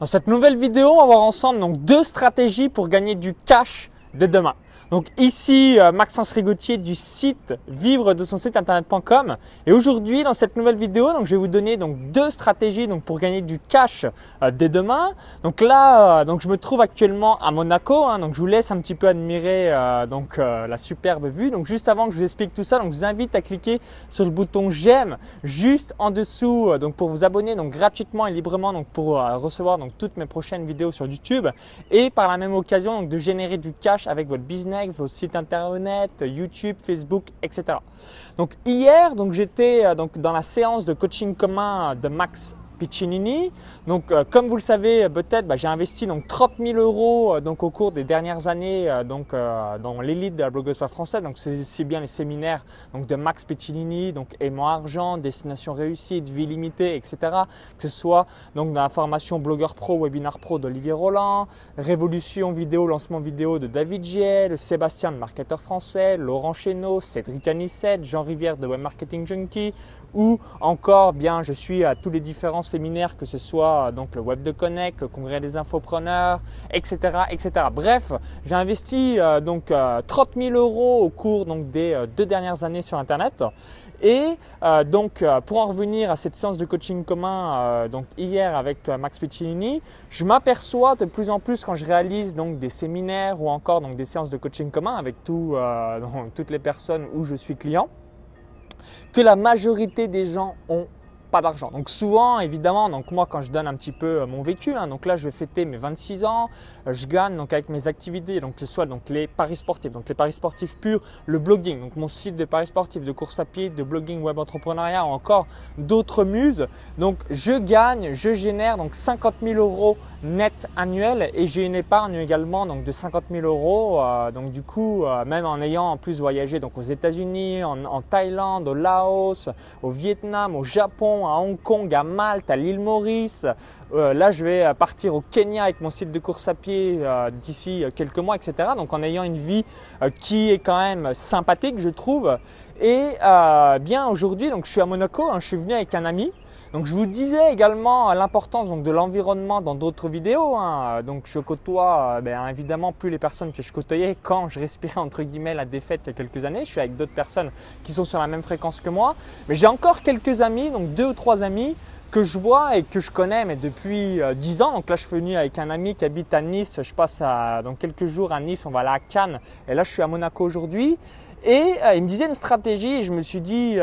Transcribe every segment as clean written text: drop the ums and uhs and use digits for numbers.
Dans cette nouvelle vidéo, on va voir ensemble donc deux stratégies pour gagner du cash dès demain. Donc ici Maxence Rigotier du site vivre de son site internet.com et aujourd'hui dans cette nouvelle vidéo donc, je vais vous donner donc deux stratégies donc, pour gagner du cash dès demain. Donc là donc, je me trouve actuellement à Monaco, donc je vous laisse un petit peu admirer la superbe vue. Donc juste avant que je vous explique tout ça, donc, je vous invite à cliquer sur le bouton j'aime juste en dessous donc, pour vous abonner donc, gratuitement et librement donc, pour recevoir donc, toutes mes prochaines vidéos sur YouTube et par la même occasion donc, de générer du cash avec votre business, vos sites internet, YouTube, Facebook, etc. Donc hier, donc j'étais dans la séance de coaching commun de Max Piccinini. Donc comme vous le savez peut-être, j'ai investi donc 30 000 € donc au cours des dernières années dans l'élite de la blogosphère française. Donc c'est bien les séminaires donc de Max Piccinini, donc Aimant Argent, Destination Réussite, Vie Limitée, etc. Que ce soit donc dans la formation Blogueur Pro, Webinar Pro d'Olivier Roland, Révolution vidéo, lancement vidéo de David Giel, Sébastien de Marketeur Français, Laurent Chénaud, Cédric Anissette, Jean Rivière de Web Marketing Junkie, ou encore bien je suis à tous les différents séminaires, que ce soit donc le Web de Connect, le Congrès des infopreneurs, etc. etc. Bref, j'ai investi 30 000 € au cours donc, des 2 dernières années sur Internet. Et pour en revenir à cette séance de coaching commun donc hier avec Max Piccinini, je m'aperçois de plus en plus quand je réalise donc des séminaires ou encore donc des séances de coaching commun avec toutes les personnes où je suis client, que la majorité des gens ont pas d'argent. Donc souvent, évidemment, donc moi quand je donne un petit peu mon vécu, donc là je vais fêter mes 26 ans, je gagne donc avec mes activités, donc que ce soit donc les paris sportifs, donc les paris sportifs purs, le blogging, donc mon site de paris sportifs, de course à pied, de blogging, web entrepreneuriat ou encore d'autres muses. Donc je génère donc 50 000 € net annuel et j'ai une épargne également donc de 50 000 €. Donc du coup, même en ayant en plus voyagé donc aux États-Unis, en Thaïlande, au Laos, au Vietnam, au Japon, à Hong Kong, à Malte, à l'île Maurice. Là, je vais partir au Kenya avec mon site de course à pied d'ici quelques mois, etc. Donc, en ayant une vie qui est quand même sympathique, je trouve. Et bien aujourd'hui, donc je suis à Monaco, je suis venu avec un ami. Donc je vous disais également l'importance de l'environnement dans d'autres vidéos. Donc je côtoie évidemment plus les personnes que je côtoyais quand je respirais entre guillemets la défaite il y a quelques années. Je suis avec d'autres personnes qui sont sur la même fréquence que moi. Mais j'ai encore quelques amis, donc 2 ou 3 amis que je vois et que je connais mais depuis 10 ans. Donc là je suis venu avec un ami qui habite à Nice. Je passe dans quelques jours à Nice, on va aller à Cannes. Et là je suis à Monaco aujourd'hui. Et il me disait une stratégie et je me suis dit,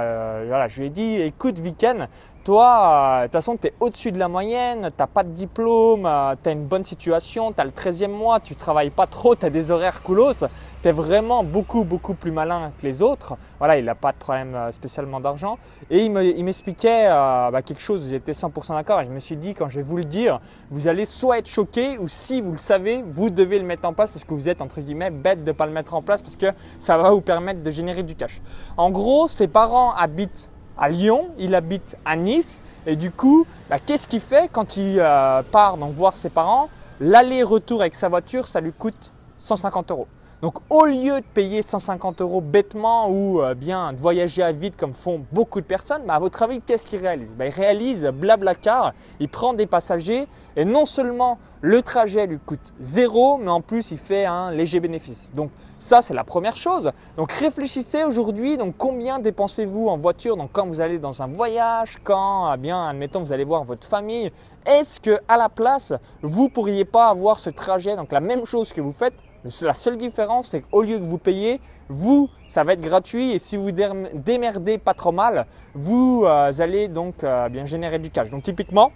je lui ai dit, écoute Viken, toi, de toute façon, tu es au-dessus de la moyenne, tu n'as pas de diplôme, tu as une bonne situation, tu as le 13e mois, tu ne travailles pas trop, tu as des horaires coolos, tu es vraiment beaucoup plus malin que les autres. Voilà, il n'a pas de problème spécialement d'argent. Et il m'expliquait quelque chose, j'étais 100% d'accord et je me suis dit, quand je vais vous le dire, vous allez soit être choqué ou si vous le savez, vous devez le mettre en place parce que vous êtes entre guillemets bête de ne pas le mettre en place parce que ça va vous permettre de générer du cash. En gros, ses parents habitent à Lyon, il habite à Nice et du coup, qu'est-ce qu'il fait quand il part donc voir ses parents? L'aller-retour avec sa voiture, ça lui coûte 150 €. Donc au lieu de payer 150 € bêtement ou bien de voyager à vide comme font beaucoup de personnes, à votre avis, qu'est-ce qu'il réalise? Il réalise Blablacar, il prend des passagers et non seulement le trajet lui coûte 0, mais en plus il fait un léger bénéfice. Donc ça c'est la première chose. Donc réfléchissez aujourd'hui, donc combien dépensez-vous en voiture donc quand vous allez dans un voyage, quand admettons vous allez voir votre famille, est-ce que à la place vous pourriez pas avoir ce trajet, donc la même chose que vous faites? La seule différence, c'est qu'au lieu que vous payez, ça va être gratuit et si vous démerdez pas trop mal, vous allez donc générer du cash. Donc typiquement,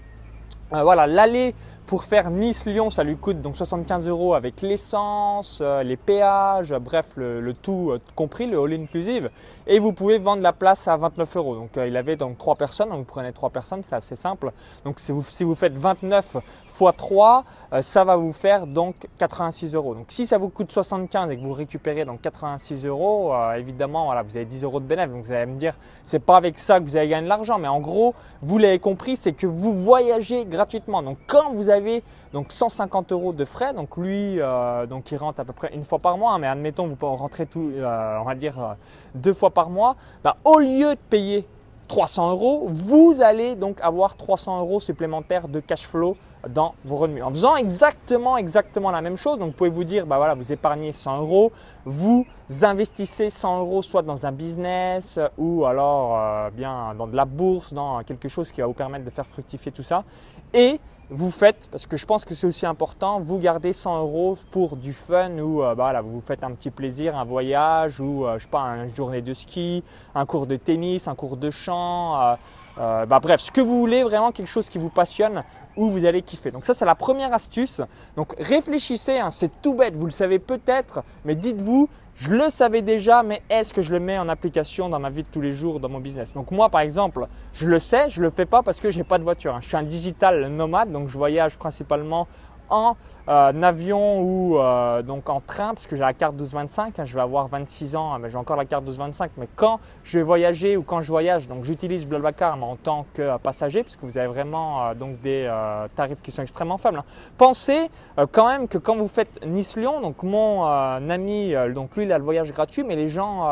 l'aller pour faire Nice-Lyon, ça lui coûte donc 75 € avec l'essence, les péages, bref, le tout compris, le all-inclusive. Et vous pouvez vendre la place à 29 €. Donc il avait donc 3 personnes, donc vous prenez 3 personnes, c'est assez simple. Donc si vous faites 29 x 3, ça va vous faire donc 86 €. Donc si ça vous coûte 75 et que vous récupérez donc 86 €, évidemment vous avez 10 € de bénéfice. Donc vous allez me dire, c'est pas avec ça que vous allez gagner de l'argent, mais en gros, vous l'avez compris, c'est que vous voyagez gratuitement. Donc quand vous avez donc 150 € de frais, donc lui il rentre à peu près une fois par mois, mais admettons vous pouvez rentrer on va dire 2 fois par mois, au lieu de payer 300 euros, vous allez donc avoir 300 euros supplémentaires de cash flow dans vos revenus. En faisant exactement la même chose, donc vous pouvez vous dire, bah voilà, vous épargnez 100 euros, vous investissez 100 euros soit dans un business ou alors bien dans de la bourse, dans quelque chose qui va vous permettre de faire fructifier tout ça. Et vous faites, parce que je pense que c'est aussi important, vous gardez 100 euros pour du fun ou bah voilà, vous vous faites un petit plaisir, un voyage ou je sais pas, une journée de ski, un cours de tennis, un cours de chant, bah bref, ce que vous voulez, vraiment quelque chose qui vous passionne où vous allez kiffer. Donc ça, c'est la première astuce. Donc réfléchissez, hein, c'est tout bête, vous le savez peut-être, mais dites-vous, je le savais déjà, mais est-ce que je le mets en application dans ma vie de tous les jours, dans mon business? Donc moi, par exemple, je le sais, je ne le fais pas parce que je n'ai pas de voiture, hein. Je suis un digital nomade, donc je voyage principalement en avion ou donc en train, parce que j'ai la carte 12-25, hein, je vais avoir 26 ans, mais j'ai encore la carte 12-25, mais quand je vais voyager ou quand je voyage, donc j'utilise BlaBlaCar mais en tant que passager, parce que vous avez vraiment donc des tarifs qui sont extrêmement faibles, hein. Pensez quand même que quand vous faites Nice-Lyon, donc mon ami, donc lui il a le voyage gratuit, mais les gens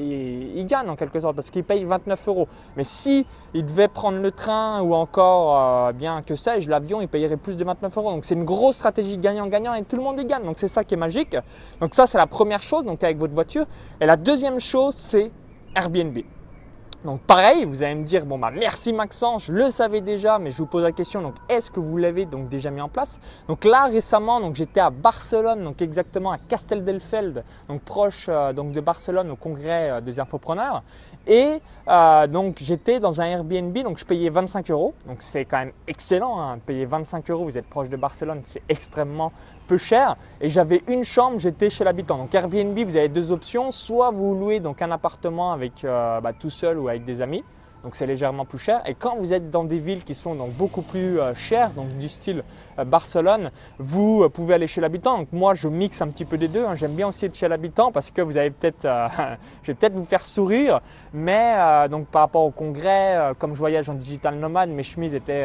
ils gagnent en quelque sorte parce qu'ils payent 29 euros. Mais si il devait prendre le train ou encore bien que ça, l'avion, il payerait plus de 29 euros. Donc c'est une grosse stratégie gagnant-gagnant et tout le monde y gagne. Donc c'est ça qui est magique. Donc ça, c'est la première chose, donc avec votre voiture. Et la deuxième chose, c'est Airbnb. Donc pareil, vous allez me dire, bon bah merci Maxence, je le savais déjà, mais je vous pose la question, donc est-ce que vous l'avez donc déjà mis en place? Donc là récemment, donc j'étais à Barcelone, donc exactement à Castelldefels, donc proche donc de Barcelone au congrès des infopreneurs. Et donc j'étais dans un Airbnb, donc je payais 25 euros, donc c'est quand même excellent, hein, payer 25 euros, vous êtes proche de Barcelone, c'est extrêmement peu cher. Et j'avais une chambre, j'étais chez l'habitant. Donc Airbnb, vous avez deux options, soit vous louez donc un appartement avec tout seul ou avec des amis, donc c'est légèrement plus cher. Et quand vous êtes dans des villes qui sont donc beaucoup plus chères, donc du style Barcelone, vous pouvez aller chez l'habitant. Donc moi je mixe un petit peu des deux, hein. J'aime bien aussi être chez l'habitant parce que vous avez peut-être, je vais peut-être vous faire sourire, mais donc par rapport au congrès, comme je voyage en digital nomade, mes chemises étaient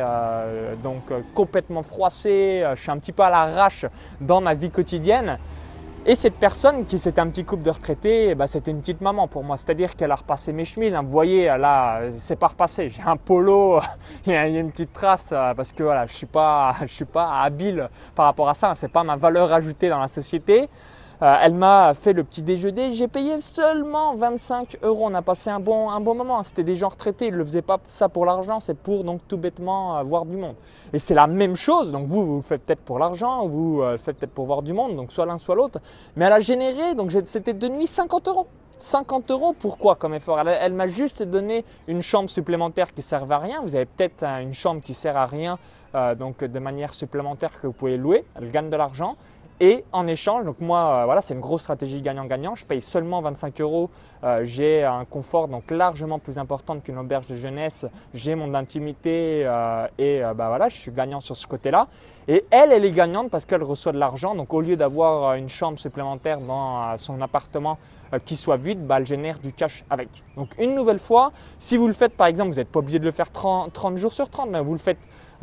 complètement froissées, je suis un petit peu à l'arrache dans ma vie quotidienne. Et cette personne qui c'était un petit couple de retraités, bah, c'était une petite maman pour moi. C'est-à-dire qu'elle a repassé mes chemises, hein. Vous voyez là, c'est pas repassé. J'ai un polo, il y a une petite trace parce que voilà, je suis pas habile par rapport à ça, hein. C'est pas ma valeur ajoutée dans la société. Elle m'a fait le petit déjeuner, j'ai payé seulement 25 euros. On a passé un bon moment. C'était des gens retraités, ils ne le faisaient pas ça pour l'argent, c'est pour donc tout bêtement voir du monde. Et c'est la même chose, donc vous le faites peut-être pour l'argent, vous le faites peut-être pour voir du monde, donc soit l'un soit l'autre. Mais elle a généré, donc c'était de nuit 50 euros. 50 euros, pourquoi comme effort? Elle m'a juste donné une chambre supplémentaire qui ne servait à rien. Vous avez peut-être une chambre qui ne sert à rien, donc de manière supplémentaire que vous pouvez louer. Elle gagne de l'argent. Et en échange, donc moi, voilà, c'est une grosse stratégie gagnant-gagnant. Je paye seulement 25 euros. J'ai un confort donc largement plus important qu'une auberge de jeunesse. J'ai mon intimité et bah voilà, je suis gagnant sur ce côté-là. Et elle est gagnante parce qu'elle reçoit de l'argent. Donc au lieu d'avoir une chambre supplémentaire dans son appartement qui soit vide, bah, elle génère du cash avec. Donc une nouvelle fois, si vous le faites par exemple, vous n'êtes pas obligé de le faire 30 jours sur 30, mais vous le faites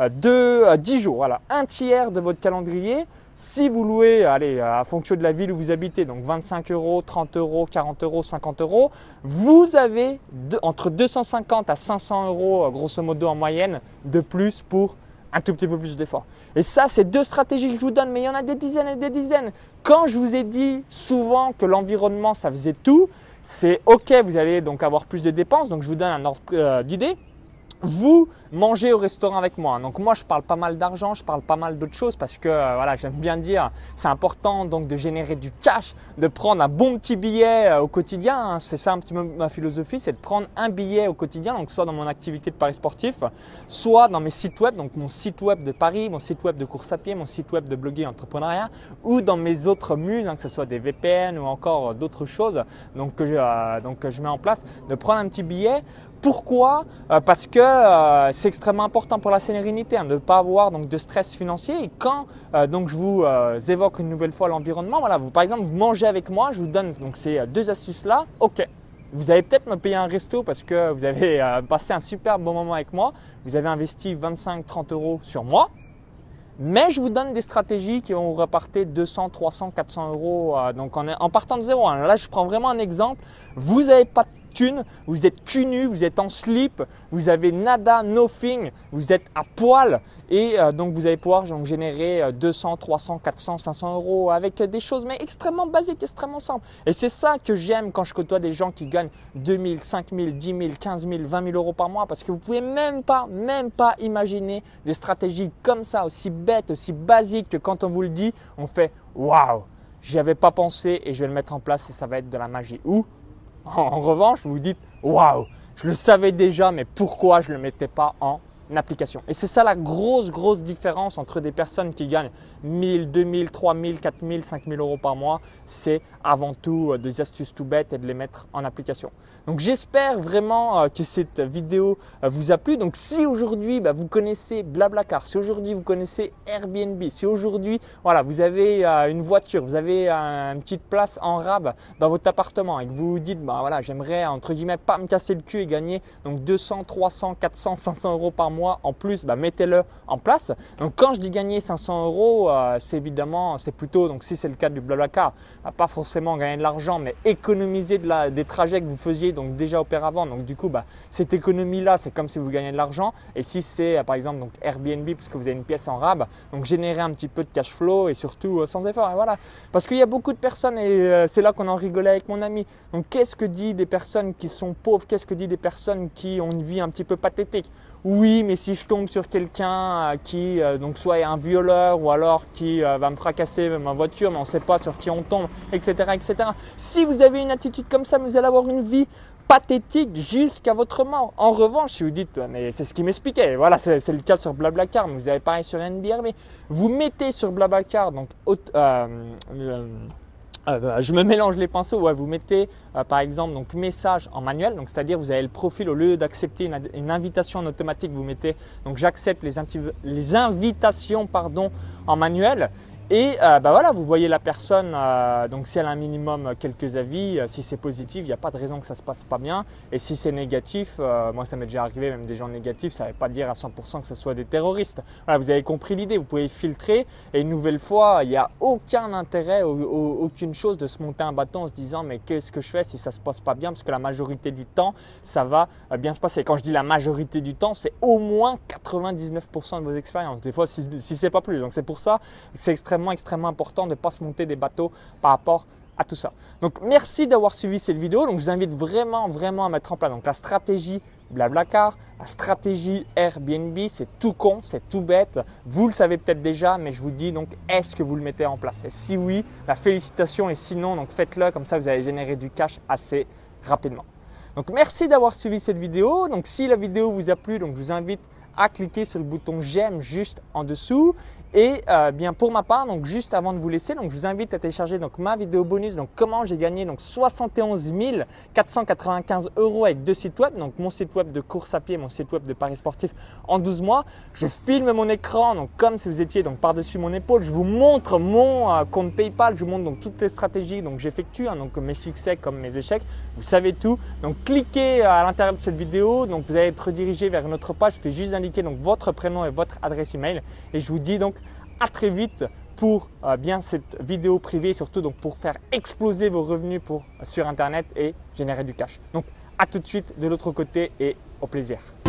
10 jours, voilà, un tiers de votre calendrier. Si vous louez, allez, à fonction de la ville où vous habitez, donc 25 euros, 30 euros, 40 euros, 50 euros, vous avez entre 250 à 500 euros, grosso modo en moyenne, de plus pour un tout petit peu plus d'efforts. Et ça, c'est deux stratégies que je vous donne, mais il y en a des dizaines et des dizaines. Quand je vous ai dit souvent que l'environnement, ça faisait tout, c'est OK, vous allez donc avoir plus de dépenses, donc je vous donne un ordre d'idée. Vous mangez au restaurant avec moi. Donc moi, je parle pas mal d'argent, je parle pas mal d'autres choses parce que voilà, j'aime bien dire, c'est important donc de générer du cash, de prendre un bon petit billet au quotidien, hein. C'est ça un petit peu ma philosophie, c'est de prendre un billet au quotidien, donc soit dans mon activité de paris sportif, soit dans mes sites web, donc mon site web de paris, mon site web de course à pied, mon site web de bloguer entrepreneuriat, ou dans mes autres muses, hein, que ce soit des VPN ou encore d'autres choses, donc que je mets en place, de prendre un petit billet. Pourquoi? Parce que c'est extrêmement important pour la sérénité, hein, de ne pas avoir donc, de stress financier. Et quand donc, je vous évoque une nouvelle fois l'environnement, voilà, par exemple, vous mangez avec moi, je vous donne donc, ces deux astuces-là. OK, vous allez peut-être me payer un resto parce que vous avez passé un super bon moment avec moi. Vous avez investi 25-30 euros sur moi. Mais je vous donne des stratégies qui vont vous repartir 200, 300, 400 euros donc en partant de zéro, hein. Là, je prends vraiment un exemple. Vous n'avez pas thune, vous êtes cul nu, vous êtes en slip, vous avez nada, nothing, vous êtes à poil et donc vous allez pouvoir donc, générer 200, 300, 400, 500 euros avec des choses mais extrêmement basiques, extrêmement simples. Et c'est ça que j'aime quand je côtoie des gens qui gagnent 2000, 5000, 10 000, 15 000, 20 000 euros par mois parce que vous pouvez même pas imaginer des stratégies comme ça, aussi bêtes, aussi basiques que quand on vous le dit, on fait waouh, j'y avais pas pensé et je vais le mettre en place et ça va être de la magie. Ou en revanche, vous vous dites waouh, je le savais déjà, mais pourquoi je ne le mettais pas en application? Et c'est ça la grosse différence entre des personnes qui gagnent 1000, 2000, 3000, 4000, 5000 euros par mois. C'est avant tout des astuces tout bêtes et de les mettre en application. Donc j'espère vraiment que cette vidéo vous a plu. Donc si aujourd'hui vous connaissez Blablacar, si aujourd'hui vous connaissez Airbnb, si aujourd'hui voilà, vous avez une voiture, vous avez une petite place en rab dans votre appartement et que vous vous dites voilà, j'aimerais entre guillemets pas me casser le cul et gagner donc 200, 300, 400, 500 euros par mois en plus, mettez-le en place. Donc quand je dis gagner 500 euros, c'est évidemment, c'est plutôt, donc si c'est le cas du Blablacar, pas forcément gagner de l'argent, mais économiser des trajets que vous faisiez donc déjà auparavant. Donc du coup, cette économie-là, c'est comme si vous gagnez de l'argent. Et si c'est par exemple donc Airbnb, parce que vous avez une pièce en rab, donc générer un petit peu de cash flow et surtout sans effort. Et voilà, parce qu'il y a beaucoup de personnes et c'est là qu'on en rigolait avec mon ami. Donc qu'est-ce que dit des personnes qui sont pauvres? Qu'est-ce que dit des personnes qui ont une vie un petit peu pathétique? Oui, mais si je tombe sur quelqu'un qui donc soit est un violeur ou alors qui va me fracasser ma voiture, mais on ne sait pas sur qui on tombe, etc., etc. Si vous avez une attitude comme ça, vous allez avoir une vie pathétique jusqu'à votre mort. En revanche, si vous dites, mais c'est ce qu'il m'expliquait, voilà, c'est le cas sur Blablacar, mais vous avez pareil sur NBRB, vous mettez sur Blablacar, donc je me mélange les pinceaux, ouais, vous mettez par exemple donc message en manuel, donc c'est-à-dire vous avez le profil, au lieu d'accepter une invitation en automatique, vous mettez donc j'accepte les invitations en manuel. Et voilà, vous voyez la personne, donc si elle a un minimum quelques avis, si c'est positif, il n'y a pas de raison que ça ne se passe pas bien. Et si c'est négatif, moi ça m'est déjà arrivé, même des gens négatifs, ça ne veut pas dire à 100% que ce soit des terroristes. Voilà, vous avez compris l'idée, vous pouvez filtrer. Et une nouvelle fois, il n'y a aucun intérêt, aucune chose de se monter un bâton en se disant mais qu'est-ce que je fais si ça ne se passe pas bien? Parce que la majorité du temps, ça va bien se passer. Quand je dis la majorité du temps, c'est au moins 99% de vos expériences. Des fois, si ce n'est pas plus. Donc c'est pour ça que c'est extrêmement important de ne pas se monter des bateaux par rapport à tout ça. Donc merci d'avoir suivi cette vidéo. Donc je vous invite vraiment à mettre en place donc la stratégie Blablacar, la stratégie Airbnb. C'est tout con, c'est tout bête. Vous le savez peut-être déjà, mais je vous dis donc est-ce que vous le mettez en place? Et si oui, félicitations, et sinon donc faites-le, comme ça vous allez générer du cash assez rapidement. Donc merci d'avoir suivi cette vidéo. Donc si la vidéo vous a plu, donc je vous invite à cliquer sur le bouton j'aime juste en dessous. Et bien pour ma part, donc juste avant de vous laisser, donc je vous invite à télécharger donc ma vidéo bonus, donc comment j'ai gagné donc 71 495 euros avec 2 sites web, donc mon site web de course à pied, mon site web de paris sportifs en 12 mois. Je filme mon écran donc comme si vous étiez donc par-dessus mon épaule. Je vous montre mon compte PayPal, je vous montre donc toutes les stratégies donc j'effectue, donc mes succès comme mes échecs. Vous savez tout. Donc cliquez à l'intérieur de cette vidéo, donc vous allez être redirigé vers une autre page. Je fais juste indiquer donc votre prénom et votre adresse email et je vous dis donc à très vite pour bien cette vidéo privée, surtout donc pour faire exploser vos revenus sur Internet et générer du cash. Donc à tout de suite de l'autre côté et au plaisir.